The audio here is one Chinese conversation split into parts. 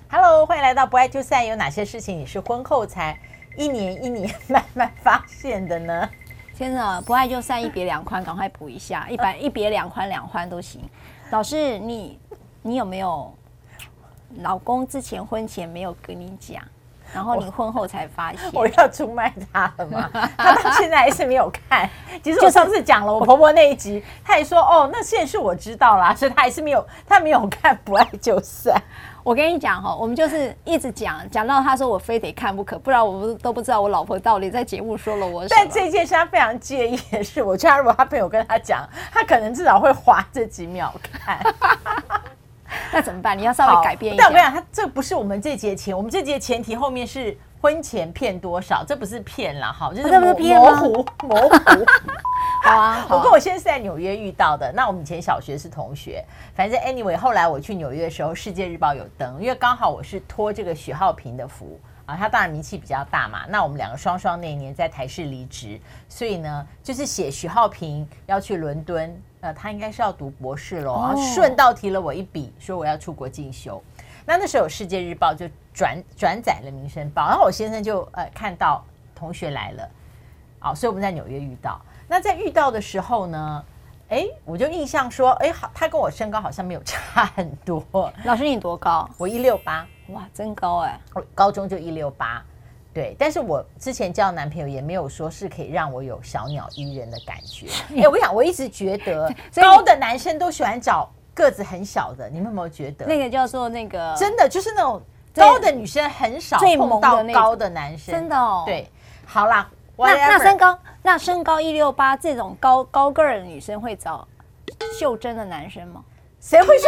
Hello， 欢迎来到不爱就散。有哪些事情你是婚后才一年一年慢慢发现的呢？ 先生，不爱就散，一别两宽，赶快补一下，一别两宽两欢都行。老师，你有没有老公之前婚前没有跟你讲，然后你婚后才发现？ 我要出卖他了吗？他到现在还是没有看。其实我上次讲了我婆婆那一集，他也说哦，那件事我知道啦，所以他还是没有看不爱就散。 我跟你讲哈，我们就是一直讲到他说我非得看不可，不然我都不知道我老婆到底在节目说了我什么。 但这件事他非常介意的是，我觉得如果他朋友跟他讲，他可能至少会滑这几秒看。 那怎么办？你要稍微改变一下。 但我跟你讲，他这不是我们这节前，我们这节前提后面是婚前骗多少，这不是骗啦，好，就是模糊。好啊，我跟我先生是在纽约遇到的。那我们以前小学是同学，反正 anyway， 后来我去纽约的时候，《世界日报》有登，因为刚好我是托这个许浩平的福啊，他当然名气比较大嘛。那我们两个双那一年在台视离职，所以呢，就是写许浩平要去伦敦，他应该是要读博士咯，然后顺道提了我一笔，说我要出国进修。那时候有《世界日报》就转载了《民生报》，然后我先生就看到同学来了，好，所以我们在纽约遇到。那在遇到的时候呢，我就印象说，好，他跟我身高好像没有差很多。 老师你多高？ 我168， 哇，真高哎！ 我高中就168，对。但是我之前交男朋友也没有说是可以让我有小鸟依人的感觉。我想我一直觉得高的男生都喜欢找个子很小的，你们有没有觉得？ 那个叫做那个， 真的就是那种高的女生很少碰到高的男生， 真的哦。 对，好啦。 那身高168这种高个儿的女生会找袖珍的男生吗？ 谁会去？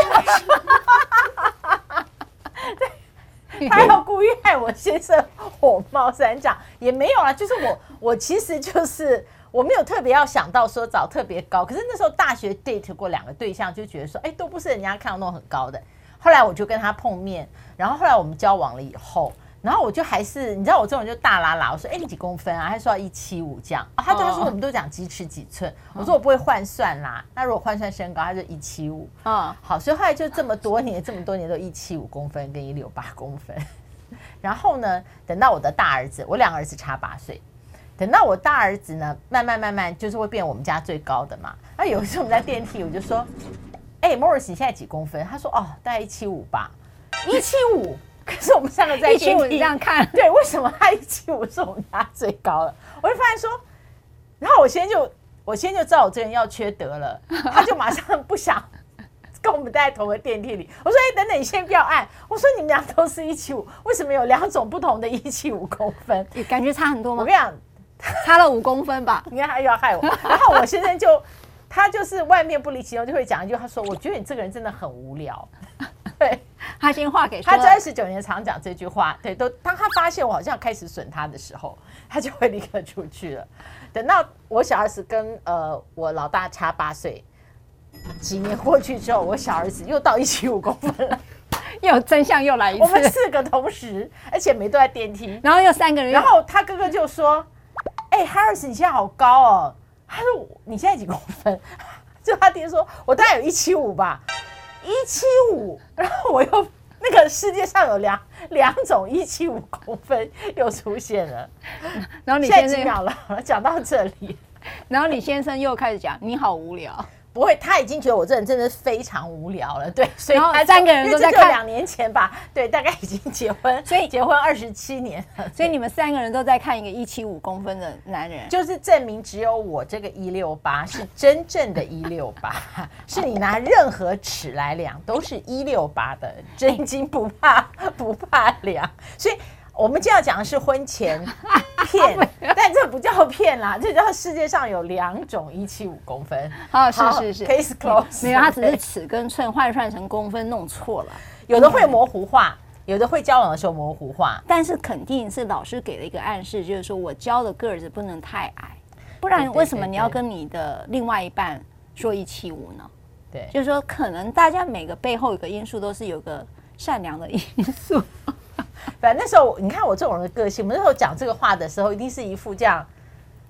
他要故意害我先生火冒三丈也没有啦，就是我其实就是我没有特别要想到说找特别高，可是那时候大学 date 过2个对象，就觉得说都不是人家看到那种很高的。后来我就跟他碰面，然后后来我们交往了以后。然后我就还是，你知道我这种就大拉拉，我说你几公分啊？他说要175这样，他说我们都讲几尺几寸，我说我不会换算啦。那如果换算身高，他就175。好，所以后来就这么多年都175公分跟168公分。然后呢，等到我的大儿子，我2个儿子差8岁，等到我大儿子呢，慢慢就是会变我们家最高的嘛。然后有一次我们在电梯，我就说，Morris 你现在几公分？他说大概175吧，175。可是我们3个在电梯这样看， 对，为什么他175是我们家最高的？我就发现说，然后我先就知道我这人要缺德了，他就马上不想跟我们待在同个电梯里。我说等等，你先不要按。我说你们俩都是175，为什么有2种不同的175公分？ 感觉差很多吗？ 我跟你讲， 差了5公分吧。 你看他又要害我。然后我先生他就是万变不离其宗，就会讲一句，他说我觉得你这个人真的很无聊。对， 他先话给说， 他这29年常讲这句话，对，都当他发现我好像开始损他的时候，他就会立刻出去了。等到我小儿子跟我老大差8岁，几年过去之后，我小儿子又到175公分了， 又真相又来一次。 我们4个同时，而且没都在电梯， 然后又3个人， 然后他哥哥就说：“Harris， 你现在好高哦。”他说：“你现在几公分？”就他爹说：“我大概有175吧。”175，然后我又那个世界上有两种175公分又出现了。 然后你现在几秒了？讲到这里， 然后你先生又开始讲你好无聊。 不会，他已经觉得我这人真的是非常无聊了，对，所以他 3个人都在看 ，2年前吧，对，大概已经结婚，所以结婚27年了， 所以你们3个人都在看一个175公分的男人， 就是证明只有我这个168是真正的168，是你拿任何尺来量都是168的，真金不怕量，所以。我们今天要讲的是婚前骗，但这不叫骗啦，这叫世界上有2种175公分。 好是 ，case close。 没有，他只是尺跟寸换算成公分弄错了， 有的会模糊化，有的会交往的时候模糊化。 但是肯定是老师给了一个暗示，就是说我教的个子不能太矮，不然为什么你要跟你的另外一半说175呢？ 对， 就是说可能大家每个背后有个因素都是有个善良的因素。 反正那时候你看我这种人的个性，我们那时候讲这个话的时候，一定是一副这样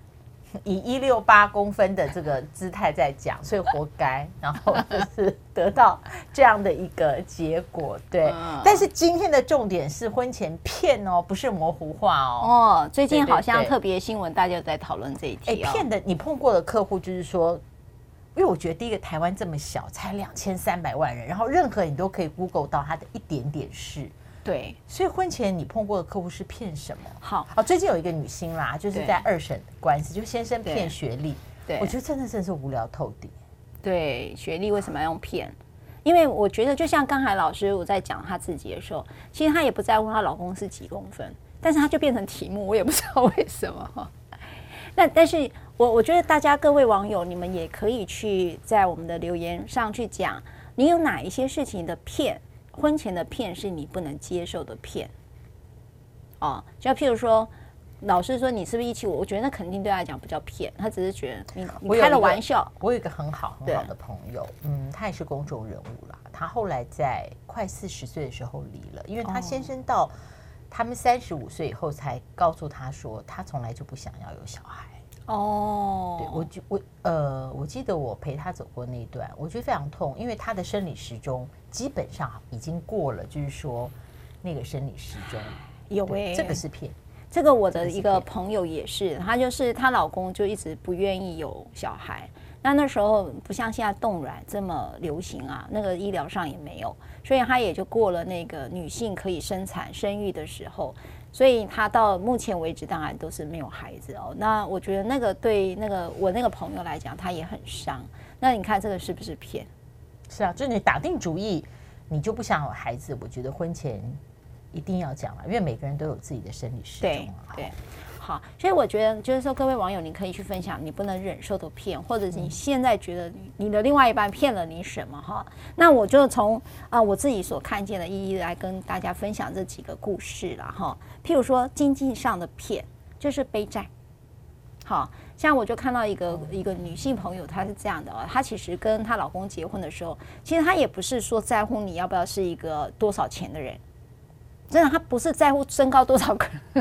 以168公分的这个姿态在讲，所以活该，然后就是得到这样的一个结果，对。但是今天的重点是婚前骗哦，不是模糊化哦。 最近好像特别新闻，大家都在讨论这一题。 骗的，你碰过的客户就是说，因为我觉得第一个台湾这么小，才2300万人，然后任何你都可以 Google 到他的一点点事。 对， 所以婚前你碰过的客户是骗什么？ 好， 最近有一个女星啦，就是在2审官司，就先生骗学历， 对， 我觉得真的是无聊透顶。 对，学历为什么要用骗？因为我觉得就像刚才老师我在讲他自己的时候，其实她也不在乎她老公是几公分，但是她就变成题目，我也不知道为什么哈。但是我觉得大家各位网友，你们也可以去在我们的留言上去讲，你有哪一些事情的骗？婚前的骗是你不能接受的骗就譬如说，老师说你是不是175？我觉得那肯定对他来讲不叫骗，他只是觉得你开了玩笑。 我有一个很好的朋友，他也是公众人物啦。他后来在快40岁的时候离了，因为他先生到他们35岁以后才告诉他说，他从来就不想要有小孩。对，我记得我陪他走过那一段，我觉得非常痛，因为他的生理时钟基本上已经过了，就是说那个生理时钟有这个是骗。 这个我的一个朋友也是，她就是她老公就一直不愿意有小孩，那时候不像现在冻卵这么流行啊，那个医疗上也没有，所以她也就过了那个女性可以生产生育的时候。所以他到目前为止当然都是没有孩子那我觉得那个对我那个朋友来讲，他也很伤。那你看这个是不是骗？ 是啊，就是你打定主意你就不想有孩子，我觉得婚前一定要讲了，因为每个人都有自己的生理时钟。 对。好，所以我觉得就是说，各位网友，你可以去分享你不能忍受的骗，或者是你现在觉得你的另外一半骗了你什么哈？那我就从我自己所看见的一一来跟大家分享这几个故事啦哈。譬如说经济上的骗，就是背债。好像我就看到一个女性朋友，她是这样的她其实跟她老公结婚的时候，其实她也不是说在乎你要不要是一个多少钱的人。真的，他不是在乎身高多少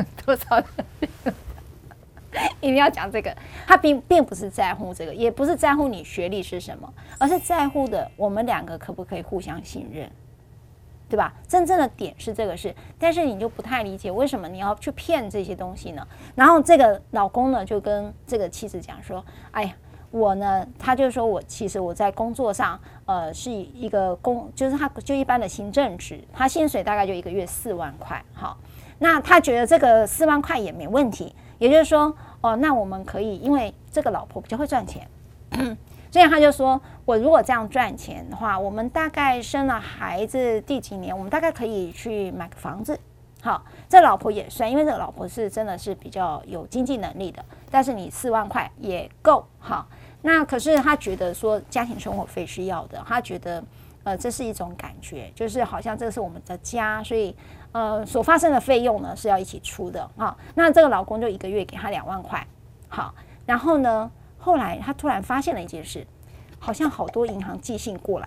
一定要讲这个，他并不是在乎这个，也不是在乎你学历是什么，而是在乎的我们两个可不可以互相信任，对吧？真正的点是这个事，但是你就不太理解为什么你要去骗这些东西呢？然后这个老公呢就跟这个妻子讲说：“哎呀。”我呢，他就说其实我在工作上，是一个就是他就一般的行政职，他薪水大概就1个月4万块，好，那他觉得这个4万块也没问题，也就是说，那我们可以，因为这个老婆比较会赚钱，所以他就说，我如果这样赚钱的话，我们大概生了孩子第几年，我们大概可以去买个房子。好，这老婆也算，因为这个老婆是真的是比较有经济能力的，但是你4万块也够好。那可是他觉得说家庭生活费是要的，他觉得这是一种感觉，就是好像这是我们的家，所以所发生的费用呢是要一起出的啊。那这个老公就1个月给他2万块，好，然后呢，后来他突然发现了一件事，好像好多银行寄信过来，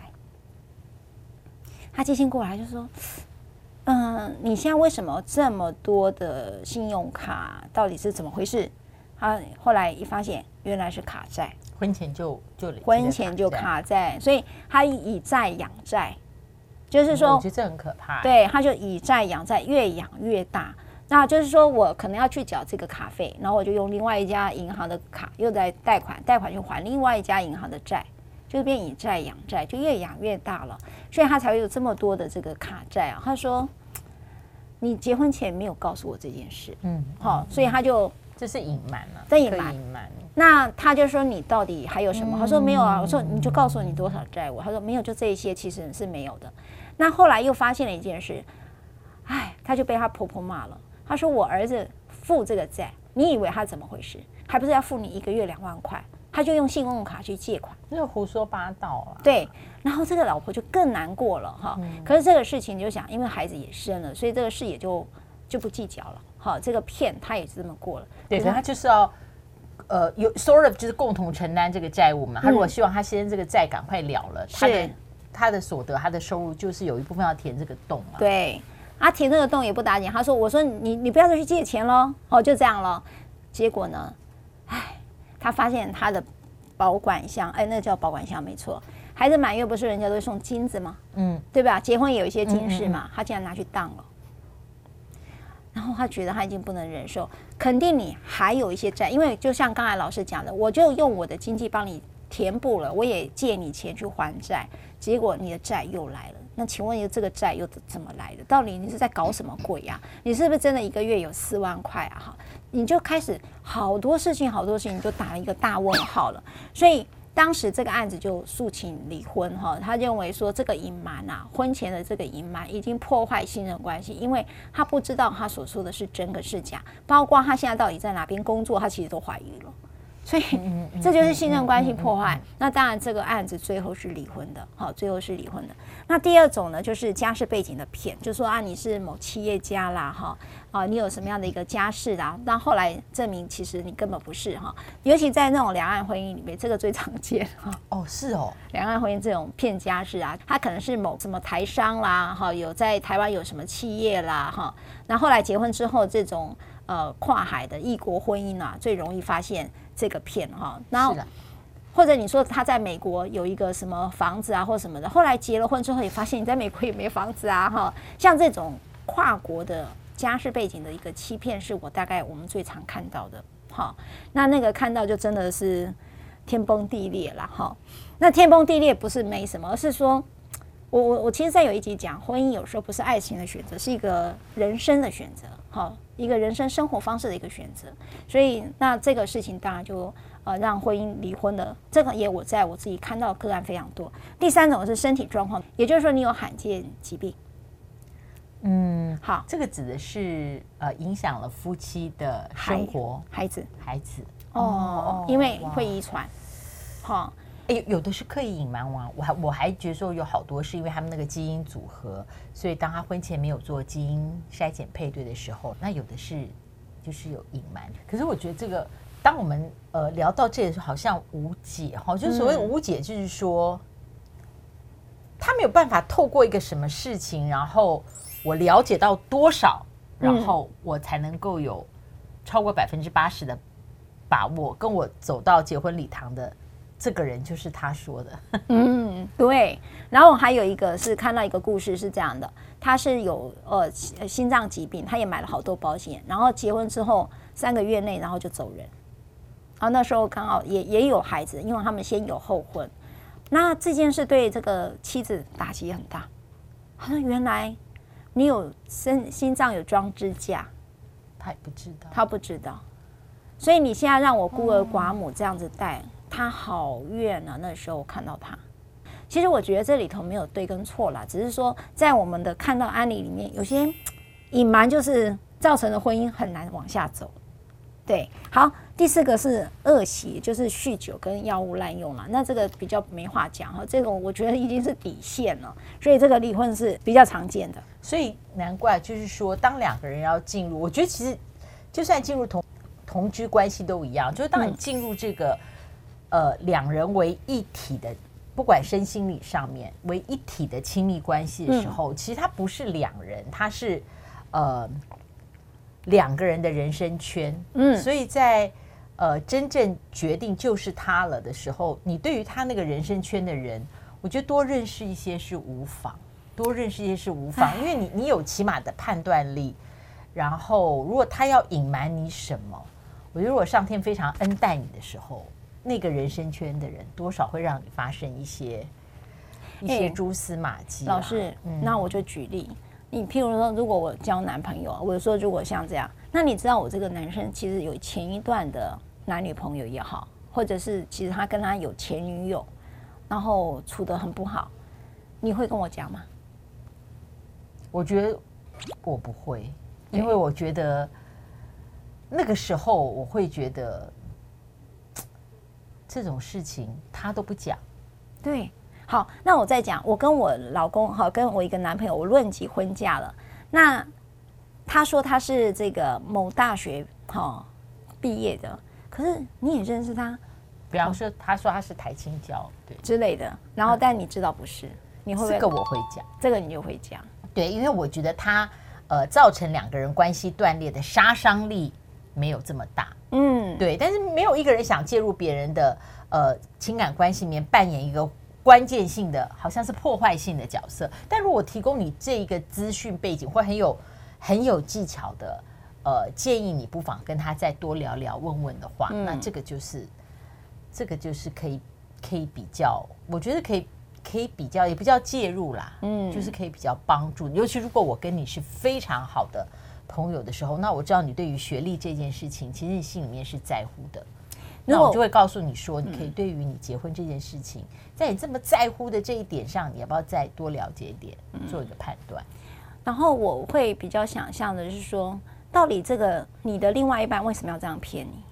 他寄信过来就说。你现在为什么这么多的信用卡？到底是怎么回事？他后来一发现，原来是卡债， 婚前就卡债，所以他以债养债，就是说， 我觉得这很可怕。 对，他就以债养债，越养越大。那就是说我可能要去缴这个卡费，然后我就用另外一家银行的卡，又在贷款去还另外一家银行的债。就变以债养债，就越养越大了，所以他才会有这么多的这个卡债啊。他说：“你结婚前没有告诉我这件事，好，所以他就这是隐瞒了， 这隐瞒。那他就说你到底还有什么？他说没有啊。我说你就告诉我你多少债务。他说没有，就这一些其实是没有的。那后来又发现了一件事，他就被他婆婆骂了。他说我儿子付这个债，你以为他怎么回事？还不是要付你1个月2万块？”他就用信用卡去借款， 那胡说八道啊！ 对，然后这个老婆就更难过了哈。可是这个事情就想，因为孩子也生了，所以这个事也就不计较了。好，这个骗他也是这么过了。 对，可是他就是要有 sort of 就是共同承担这个债务嘛。他如果希望他先生这个债赶快了了，他的所得、他的收入就是有一部分要填这个洞嘛。 对，填这个洞也不打紧。我说你不要再去借钱咯，就这样了。结果呢， 他发现他的保管箱，哎，那叫保管箱没错。孩子满月不是人家都会送金子吗？对吧？结婚也有一些金饰嘛，他竟然拿去当了。然后他觉得他已经不能忍受，肯定你还有一些债，因为就像刚才老师讲的，我就用我的经济帮你填补了，我也借你钱去还债，结果你的债又来了。那请问这个债又怎么来的？到底你是在搞什么鬼啊？你是不是真的一个月有4万块啊？哈，你就开始好多事情，你就打了一个大问号了。所以当时这个案子就诉请离婚哈，他认为说这个隐瞒啊，婚前的这个隐瞒已经破坏信任关系，因为他不知道他所说的是真的是假，包括他现在到底在哪边工作，他其实都怀疑了。所以这就是信任关系破坏。那当然这个案子最后是离婚的，好，最后是离婚的。那第二种呢，就是家世背景的骗，就说啊你是某企业家啦，哈，你有什么样的一个家世啦，但后来证明其实你根本不是哈。尤其在那种两岸婚姻里面，这个最常见哈。 哦，是哦， 两岸婚姻这种骗家世啊，他可能是某什么台商啦，哈，有在台湾有什么企业啦，哈，那后来结婚之后这种跨海的异国婚姻啊，最容易发现这个骗哈。然后或者你说他在美国有一个什么房子啊或什么的，后来结了婚之后也发现你在美国也没房子啊哈。像这种跨国的家世背景的一个欺骗，是我们最常看到的哈。那个看到就真的是天崩地裂啦哈。那天崩地裂不是没什么，而是说我其实在有一集讲，婚姻有时候不是爱情的选择，是一个人生的选择，好，一个人生生活方式的一个选择。所以那这个事情当然就让婚姻离婚的，这个也我在我自己看到的个案非常多。第三种是身体状况，也就是说你有罕见疾病。好， 这个指的是影响了夫妻的生活，孩子哦，因为会遗传，好。 有的是刻意隐瞒完，我还觉得说有好多是因为他们那个基因组合，所以当他婚前没有做基因筛检配对的时候，那有的是就是有隐瞒。可是我觉得这个，当我们聊到这里的时候，好像无解哈，就是所谓无解，就是说他没有办法透过一个什么事情，然后我了解到多少，然后我才能够有超过80%的把握，跟我走到结婚礼堂的。这个人就是他说的， 对。然后还有一个是看到一个故事是这样的，他是有心脏疾病，他也买了好多保险，然后结婚之后3个月内，然后就走人。然后那时候刚好也有孩子，因为他们先有后婚。那这件事对这个妻子打击很大。他说：“原来你有心脏有装支架， 他也不知道， 他不知道。所以你现在让我孤儿寡母这样子带。”他好怨啊！那时候我看到他，其实我觉得这里头没有对跟错啦，只是说在我们的看到案例里面，有些隐瞒就是造成了婚姻很难往下走。对，好，第4个是恶习，就是酗酒跟药物滥用了。那这个比较没话讲哈，这种我觉得已经是底线了，所以这个离婚是比较常见的。 所以难怪就是说，当2个人要进入，我觉得其实就算进入同居关系都一样，就是当你进入这个。2人为一体的，不管身心理上面为一体的亲密关系的时候，其实它不是2人，它是2个人的人生圈。所以在真正决定就是他了的时候，你对于他那个人生圈的人，我觉得多认识一些是无妨，因为你有起码的判断力。然后，如果他要隐瞒你什么，我觉得如果上天非常恩待你的时候。那个人生圈的人，多少会让你发生一些蛛丝马迹。 老师，那我就举例，你譬如说，如果我交男朋友，我说如果像这样，那你知道我这个男生其实有前一段的男女朋友也好，或者是其实他跟他有前女友，然后处得很不好，你会跟我讲吗？ 我觉得我不会，因为我觉得那个时候我会觉得。这种事情他都不讲， 对，好，那我再讲，我跟我老公好，跟我一个男朋友，我论及婚嫁了。那他说他是这个某大学毕业的，可是你也认识他， 比方说他说他是台清交对之类的，然后但你知道不是，你会不会？ 这个我会讲， 这个你就会讲， 对，因为我觉得他造成2个人关系断裂的杀伤力没有这么大。 对，但是没有一个人想介入别人的情感关系里面扮演一个关键性的，好像是破坏性的角色。但如果提供你这一个资讯背景，或很有技巧的建议你不妨跟他再多聊聊问问的话，那这个就是可以比较，我觉得可以比较，也不叫介入啦，就是可以比较帮助。尤其如果我跟你是非常好的朋友的时候，那我知道你对于学历这件事情，其实你心里面是在乎的。那我就会告诉你说，你可以对于你结婚这件事情，在你这么在乎的这一点上，你要不要再多了解一点，做一个判断。 然后我会比较想象的是说，到底这个你的另外一半为什么要这样骗你？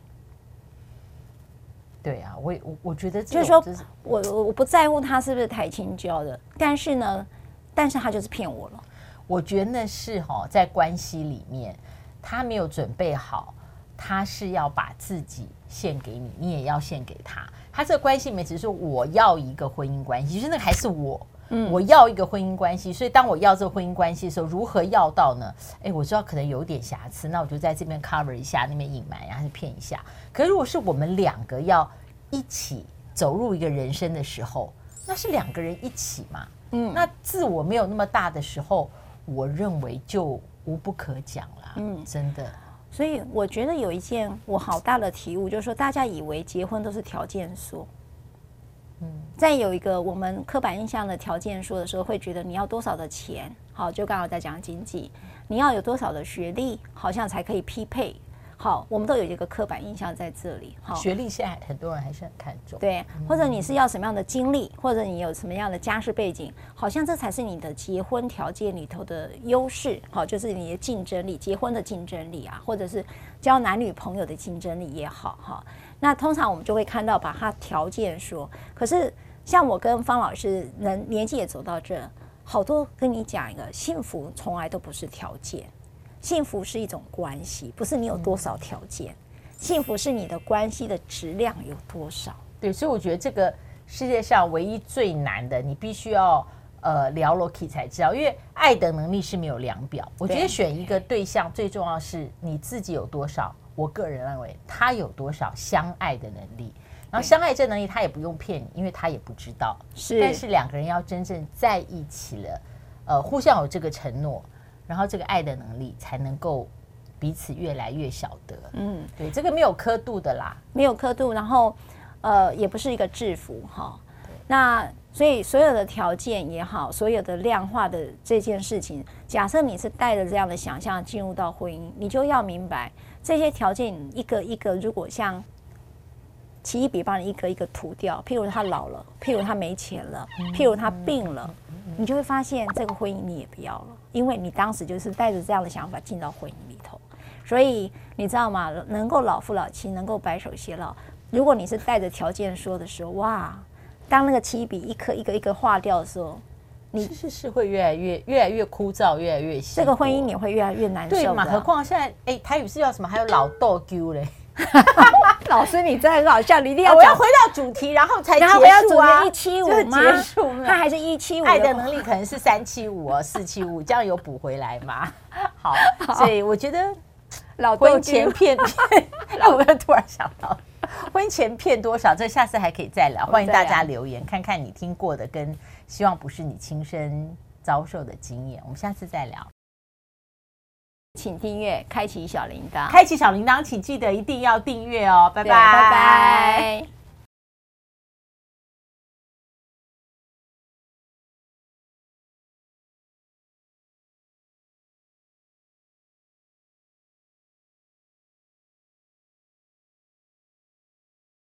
对啊，我觉得就是说我不在乎他是不是台清交的，但是他就是骗我了。 我觉得那是在关系里面，他没有准备好，他是要把自己献给你，你也要献给他。他这个关系里面只是说我要一个婚姻关系，其实那个还是我要一个婚姻关系。所以当我要这个婚姻关系的时候，如何要到呢？我知道可能有点瑕疵，那我就在这边 cover 一下，那边隐瞒呀，还是骗一下。可是如果是我们两个要一起走入一个人生的时候，那是两个人一起嘛。那自我没有那么大的时候，我认为就无不可讲啦。真的。 所以我觉得有一件我好大的体悟，就是说大家以为结婚都是条件说。在有一个我们刻板印象的条件说的时候，会觉得你要多少的钱，好，就刚好在讲经济，你要有多少的学历，好像才可以匹配。好，我们都有一个刻板印象在这里。好， 学历现在很多人还是很看重。 对，或者你是要什么样的经历，或者你有什么样的家世背景，好像这才是你的结婚条件里头的优势。好，就是你的竞争力，结婚的竞争力啊，或者是交男女朋友的竞争力也好。哈，那通常我们就会看到把它条件说，可是像我跟方老师年纪也走到这，好多跟你讲一个，幸福从来都不是条件。幸福是一种关系，不是你有多少条件，幸福是你的关系的质量有多少。 对，所以我觉得这个世界上唯一最难的，你必须要聊 Loki 才知道，因为爱的能力是没有量表。我觉得选一个对象最重要是你自己有多少，我个人认为他有多少相爱的能力。然后相爱这能力他也不用骗你，因为他也不知道。但是两个人要真正在一起了，互相有这个承诺。然后这个爱的能力才能够彼此越来越晓得。对，这个没有刻度的啦， 没有刻度，然后也不是一个制服哈。那所以所有的条件也好，所有的量化的这件事情，假设你是带着这样的想象进入到婚姻，你就要明白这些条件一个一个，如果像起一笔帮你一个一个涂掉，譬如他老了，譬如他没钱了，譬如他病了，你就会发现这个婚姻你也不要了。因为你当时就是带着这样的想法进到婚姻里头，所以你知道吗？能够老夫老妻，能够白首偕老。如果你是带着条件说的时候，哇，当那个起笔一颗一个一个划掉的时候， 你是会越来越枯燥，越来越稀薄， 这个婚姻你会越来越难受的。 对嘛？何况现在台语是叫什么？还有老豆丢嘞。 老师，你真的很好笑，你一定要我要回到主题，然后才结束啊 ！175吗？ 结束吗？ 他还是175， 爱的能力可能是375哦，475，这样有补回来吗？好，所以我觉得婚前骗，我突然想到，婚前骗多少？这下次还可以再聊，欢迎大家留言，看看你听过的，跟希望不是你亲身遭受的经验，我们下次再聊。 请订阅，开启小铃铛， 开启小铃铛，请记得一定要订阅哦，拜拜， 拜拜。